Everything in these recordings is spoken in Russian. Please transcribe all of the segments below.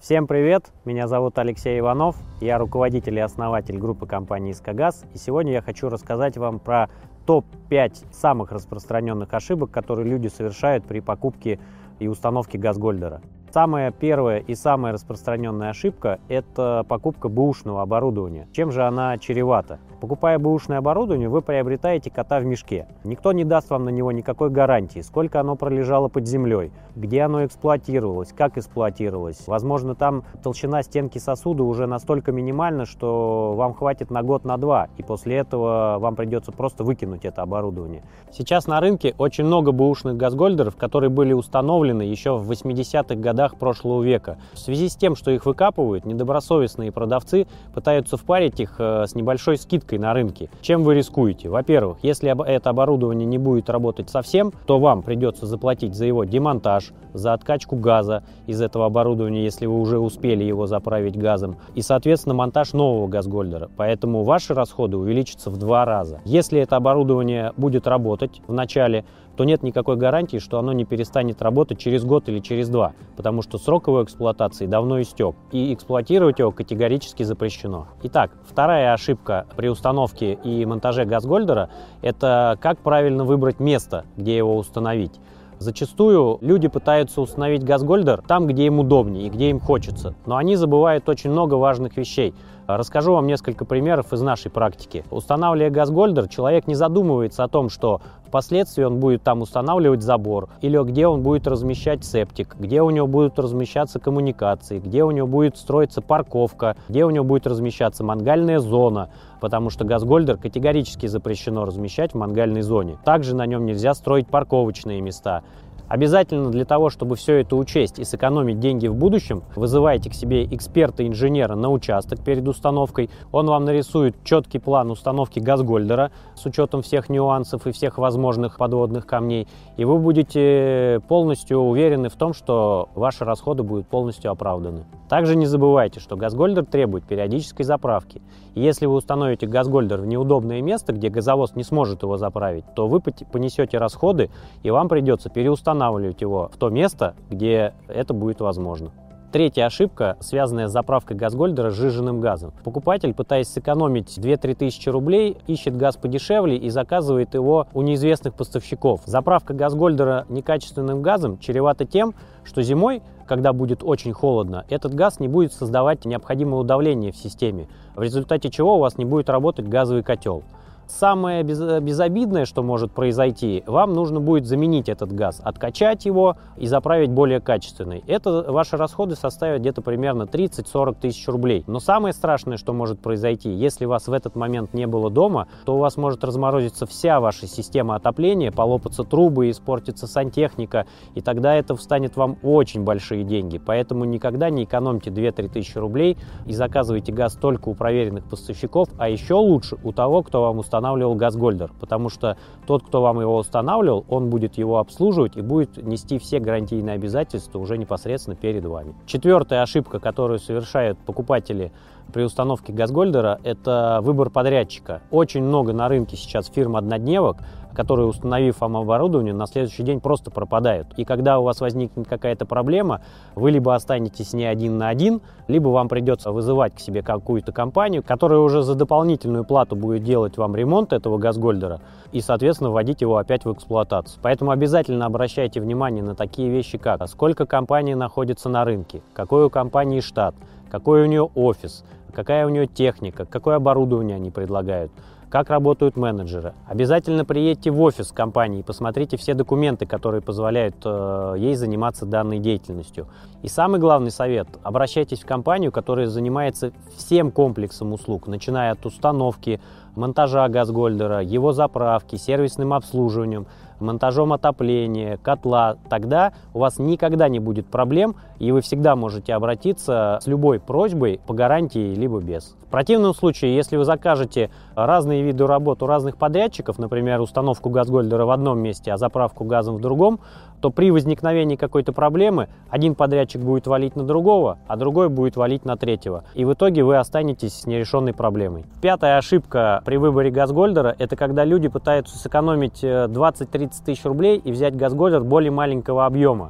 Всем привет! Меня зовут Алексей Иванов, я руководитель и основатель группы компании «СКГаз», и сегодня я хочу рассказать вам про топ-5 самых распространенных ошибок, которые люди совершают при покупке и установке газгольдера. Самая первая и самая распространенная ошибка – это покупка бэушного оборудования. Чем же она чревата? Покупая бэушное оборудование, вы приобретаете кота в мешке. Никто не даст вам на него никакой гарантии, сколько оно пролежало под землей, где оно эксплуатировалось, как эксплуатировалось. Возможно, там толщина стенки сосуда уже настолько минимальна, что вам хватит на год, на два, и после этого вам придется просто выкинуть это оборудование. Сейчас на рынке очень много бэушных газгольдеров, которые были установлены еще в 80-х годах прошлого века. В связи с тем, что их выкапывают, недобросовестные продавцы пытаются впарить их с небольшой скидкой на рынке. Чем вы рискуете? Во-первых, если это оборудование не будет работать совсем, то вам придется заплатить за его демонтаж, за откачку газа из этого оборудования, если вы уже успели его заправить газом, и, соответственно, монтаж нового газгольдера. Поэтому ваши расходы увеличатся в 2 раза. Если это оборудование будет работать в начале, то нет никакой гарантии, что оно не перестанет работать через год или через 2, потому что срок его эксплуатации давно истек, и эксплуатировать его категорически запрещено. Итак, вторая ошибка при установке и монтаже газгольдера – это как правильно выбрать место, где его установить. Зачастую люди пытаются установить газгольдер там, где им удобнее и где им хочется, но они забывают очень много важных вещей. Расскажу вам несколько примеров из нашей практики. Устанавливая газгольдер, человек не задумывается о том, что впоследствии он будет там устанавливать забор, или где он будет размещать септик, где у него будут размещаться коммуникации, где у него будет строиться парковка, где у него будет размещаться мангальная зона, потому что газгольдер категорически запрещено размещать в мангальной зоне. Также на нем нельзя строить парковочные места. Обязательно для того, чтобы все это учесть и сэкономить деньги в будущем, вызывайте к себе эксперта-инженера на участок перед установкой. Он вам нарисует четкий план установки газгольдера с учетом всех нюансов и всех возможных подводных камней. И вы будете полностью уверены в том, что ваши расходы будут полностью оправданы. Также не забывайте, что газгольдер требует периодической заправки. И если вы установите газгольдер в неудобное место, где газовоз не сможет его заправить, то вы понесете расходы, и вам придется переустанавливать его в то место, где это будет возможно. Третья ошибка, связанная с заправкой газгольдера сжиженным газом. Покупатель, пытаясь сэкономить 2-3 тысячи рублей, ищет газ подешевле и заказывает его у неизвестных поставщиков. Заправка газгольдера некачественным газом чревата тем, что зимой, когда будет очень холодно, этот газ не будет создавать необходимое удавление в системе, в результате чего у вас не будет работать газовый котел. Самое безобидное, что может произойти, вам нужно будет заменить этот газ, откачать его и заправить более качественный. Это ваши расходы составят где-то примерно 30-40 тысяч рублей. Но самое страшное, что может произойти, если вас в этот момент не было дома, то у вас может разморозиться вся ваша система отопления, полопаться трубы, испортится сантехника, и тогда это встанет вам очень большие деньги. Поэтому никогда не экономьте 2-3 тысячи рублей и заказывайте газ только у проверенных поставщиков, а еще лучше у того, кто вам устанавливал газгольдер, потому что тот, кто вам его устанавливал, он будет его обслуживать и будет нести все гарантийные обязательства уже непосредственно перед вами. Четвертая ошибка, которую совершают покупатели при установке газгольдера, это выбор подрядчика. Очень много на рынке сейчас фирм-однодневок, которые, установив вам оборудование, на следующий день просто пропадают. И когда у вас возникнет какая-то проблема, вы либо останетесь не один на один, либо вам придется вызывать к себе какую-то компанию, которая уже за дополнительную плату будет делать вам ремонт этого газгольдера и, соответственно, вводить его опять в эксплуатацию. Поэтому обязательно обращайте внимание на такие вещи, как сколько компаний находится на рынке, какой у компании штат, какой у нее офис, какая у нее техника, какое оборудование они предлагают, как работают менеджеры. Обязательно приедьте в офис компании и посмотрите все документы, которые позволяют ей заниматься данной деятельностью. И самый главный совет – обращайтесь в компанию, которая занимается всем комплексом услуг, начиная от установки, монтажа газгольдера, его заправки, сервисным обслуживанием, монтажом отопления, котла. Тогда у вас никогда не будет проблем, и вы всегда можете обратиться с любой просьбой по гарантии либо без. В противном случае, если вы закажете разные виды работ у разных подрядчиков, например, установку газгольдера в одном месте, а заправку газом в другом, то при возникновении какой-то проблемы один подрядчик будет валить на другого, а другой будет валить на третьего. И в итоге вы останетесь с нерешенной проблемой. Пятая ошибка при выборе газгольдера – это когда люди пытаются сэкономить 20-30 тысяч рублей и взять газгольдер более маленького объема.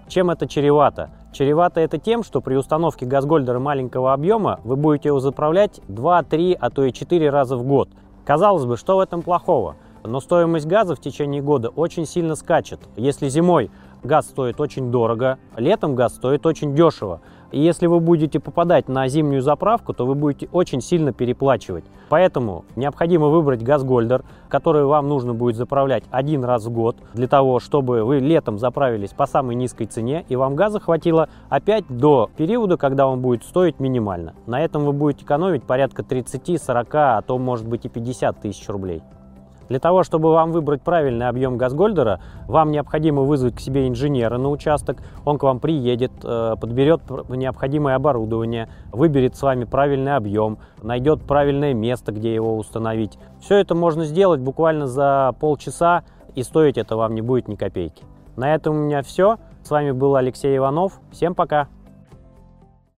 Чем это чревато? Чревато это тем, что при установке газгольдера маленького объема вы будете его заправлять 2, 3, а то и 4 раза в год. Казалось бы, что в этом плохого? Но стоимость газа в течение года очень сильно скачет. Если зимой газ стоит очень дорого, летом газ стоит очень дешево. И если вы будете попадать на зимнюю заправку, то вы будете очень сильно переплачивать. Поэтому необходимо выбрать газгольдер, который вам нужно будет заправлять 1 раз в год, для того, чтобы вы летом заправились по самой низкой цене, и вам газа хватило опять до периода, когда он будет стоить минимально. На этом вы будете экономить порядка 30, 40, а то может быть и 50 тысяч рублей. Для того, чтобы вам выбрать правильный объем газгольдера, вам необходимо вызвать к себе инженера на участок. Он к вам приедет, подберет необходимое оборудование, выберет с вами правильный объем, найдет правильное место, где его установить. Все это можно сделать буквально за полчаса, и стоить это вам не будет ни копейки. На этом у меня все. С вами был Алексей Иванов. Всем пока!